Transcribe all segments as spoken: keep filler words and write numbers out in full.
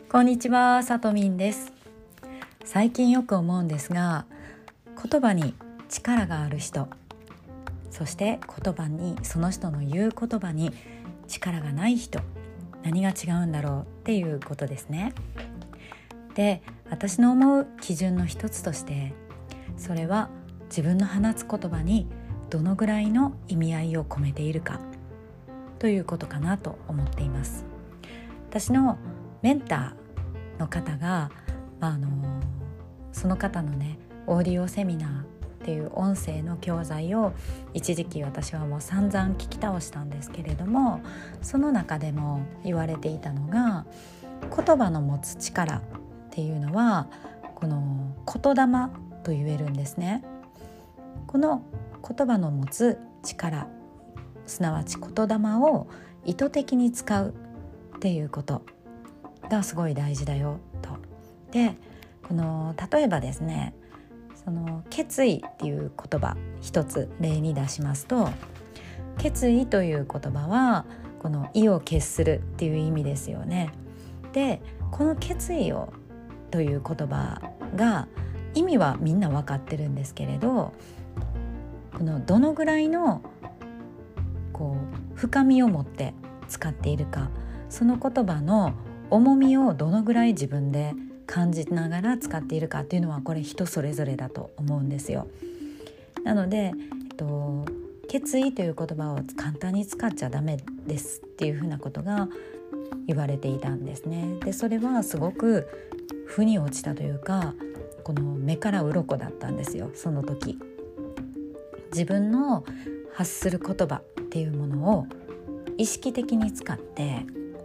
こんにちは、さとみんです。最近よく思うんですが、言葉に力がある人、そして言葉にその人の言う言葉に力がない人、何が違うんだろうっていうことですね。で、私の思う基準の一つとして、それは自分の放つ言葉にどのぐらいの意味合いを込めているかということかなと思っています。私のメンターの方が、あのその方のねオーディオセミナーっていう音声の教材を一時期私はもう散々聞き倒したんですけれども、その中でも言われていたのが、言葉の持つ力っていうのはこの言霊と言えるんですね。この言葉の持つ力、すなわち言霊を意図的に使うっていうことがすごい大事だよと。で、この例えばですね、その決意っていう言葉一つ例に出しますと、決意という言葉はこの意を決するっていう意味ですよね。で、この決意をという言葉が意味はみんな分かってるんですけれど、このどのぐらいのこう深みを持って使っているか、その言葉の重みをどのぐらい自分で感じながら使っているかっていうのは、これ人それぞれだと思うんですよ。なので、えっと、決意という言葉を簡単に使っちゃダメですっていうふうなことが言われていたんですね。で、それはすごく腑に落ちたというか、この目から鱗だったんですよ。その時自分の発する言葉っていうものを意識的に使って、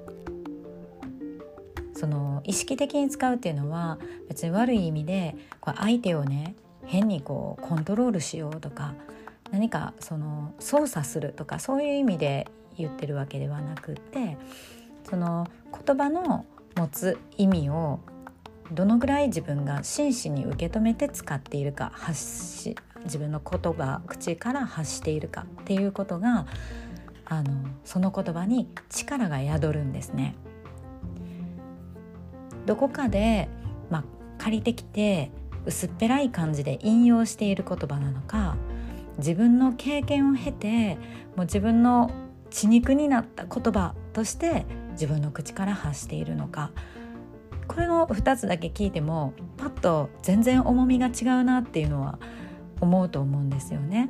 その意識的に使うっていうのは別に悪い意味でこう相手をね変にこうコントロールしようとか、何かその操作するとか、そういう意味で言ってるわけではなくって、その言葉の持つ意味をどのぐらい自分が真摯に受け止めて使っているか、発し自分の言葉口から発しているかっていうことが、あのその言葉に力が宿るんですね。どこかで、まあ、借りてきて薄っぺらい感じで引用している言葉なのか、自分の経験を経てもう自分の血肉になった言葉として自分の口から発しているのか、これのふたつだけ聞いてもパッと全然重みが違うなっていうのは思うと思うんですよね。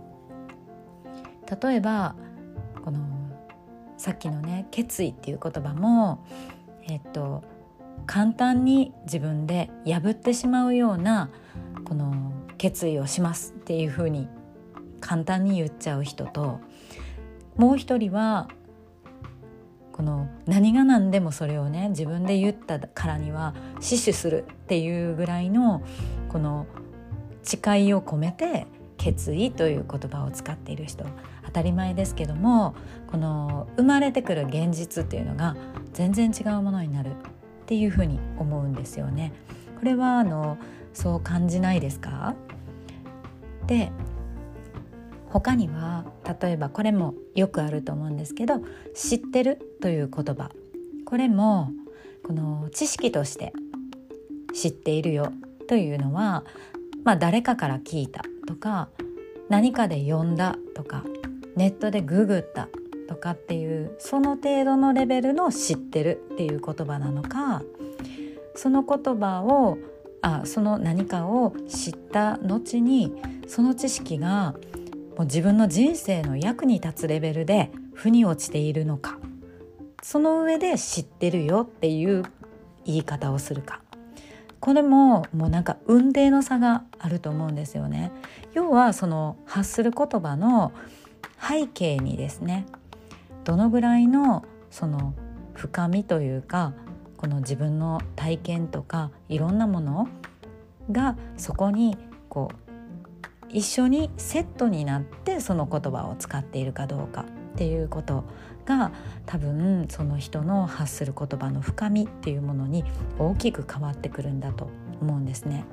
例えばこのさっきのね決意っていう言葉も、えっと簡単に自分で破ってしまうようなこの決意をしますっていう風に簡単に言っちゃう人と、もう一人はこの何が何でもそれをね自分で言ったからには死守するっていうぐらいのこの誓いを込めて決意という言葉を使っている人、当たり前ですけども、この生まれてくる現実っていうのが全然違うものになるっていうふうに思うんですよね。これはあのそう感じないですか？で、他には例えばこれもよくあると思うんですけど、知ってるという言葉、これもこの知識として知っているよというのは、まあ、誰かから聞いたとか、何かで読んだとか、ネットでググったとかっていうその程度のレベルの知ってるっていう言葉なのか、その言葉をあその何かを知った後にその知識がもう自分の人生の役に立つレベルで腑に落ちているのか、その上で知ってるよっていう言い方をするか、これももうなんか雲泥の差があると思うんですよね。要はその発する言葉の背景にですね、どのぐらいのその深みというか、この自分の体験とかいろんなものがそこにこう一緒にセットになってその言葉を使っているかどうかっていうことが、多分その人の発する言葉の深みっていうものに大きく変わってくるんだと思うんですね。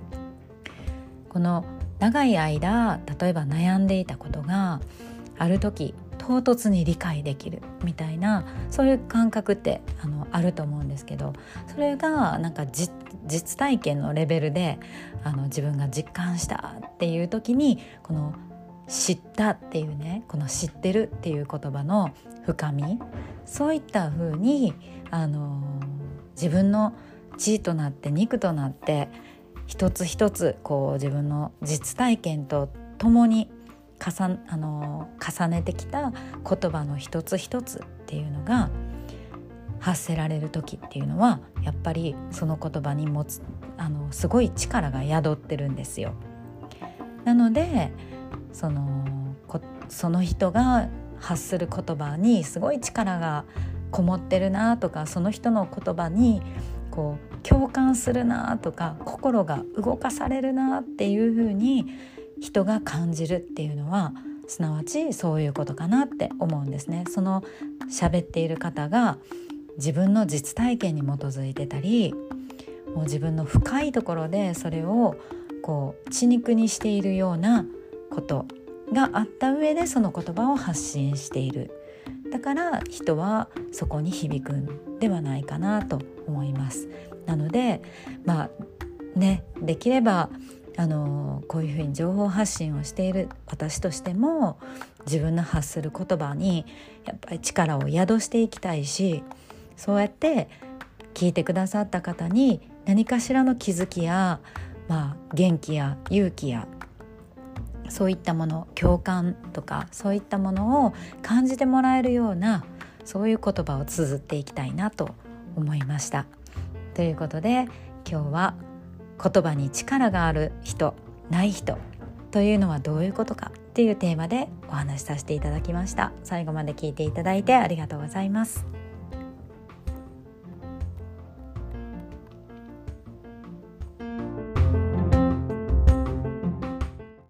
この長い間例えば悩んでいたことがある時唐突に理解できるみたいな、そういう感覚ってあのあると思うんですけど、それがなんか実実体験のレベルであの自分が実感したっていう時に、この知ったっていうね、この知ってるっていう言葉の深み、そういった風にあの自分の血となって肉となって一つ一つこう自分の実体験とともに重, あの重ねてきた言葉の一つ一つっていうのが発せられる時っていうのは、やっぱりその言葉に持つあのすごい力が宿ってるんですよ。なのでそのこその人が発する言葉にすごい力がこもってるなとか、その人の言葉にこう共感するなとか、心が動かされるなっていう風に人が感じるっていうのは、すなわちそういうことかなって思うんですね。その喋っている方が自分の実体験に基づいてたり、もう自分の深いところでそれをこう血肉にしているようなことがあった上でその言葉を発信している。だから人はそこに響くんではないかなと思います。なのでまあね、できればあのこういうふうに情報発信をしている私としても、自分の発する言葉にやっぱり力を宿していきたいし、そうやって聞いてくださった方に何かしらの気づきや、まあ、元気や勇気やそういったもの、共感とかそういったものを感じてもらえるような、そういう言葉を綴っていきたいなと思いました。ということで今日は言葉に力がある人ない人というのはどういうことかっていうテーマでお話しさせていただきました。最後まで聞いていただいてありがとうございます。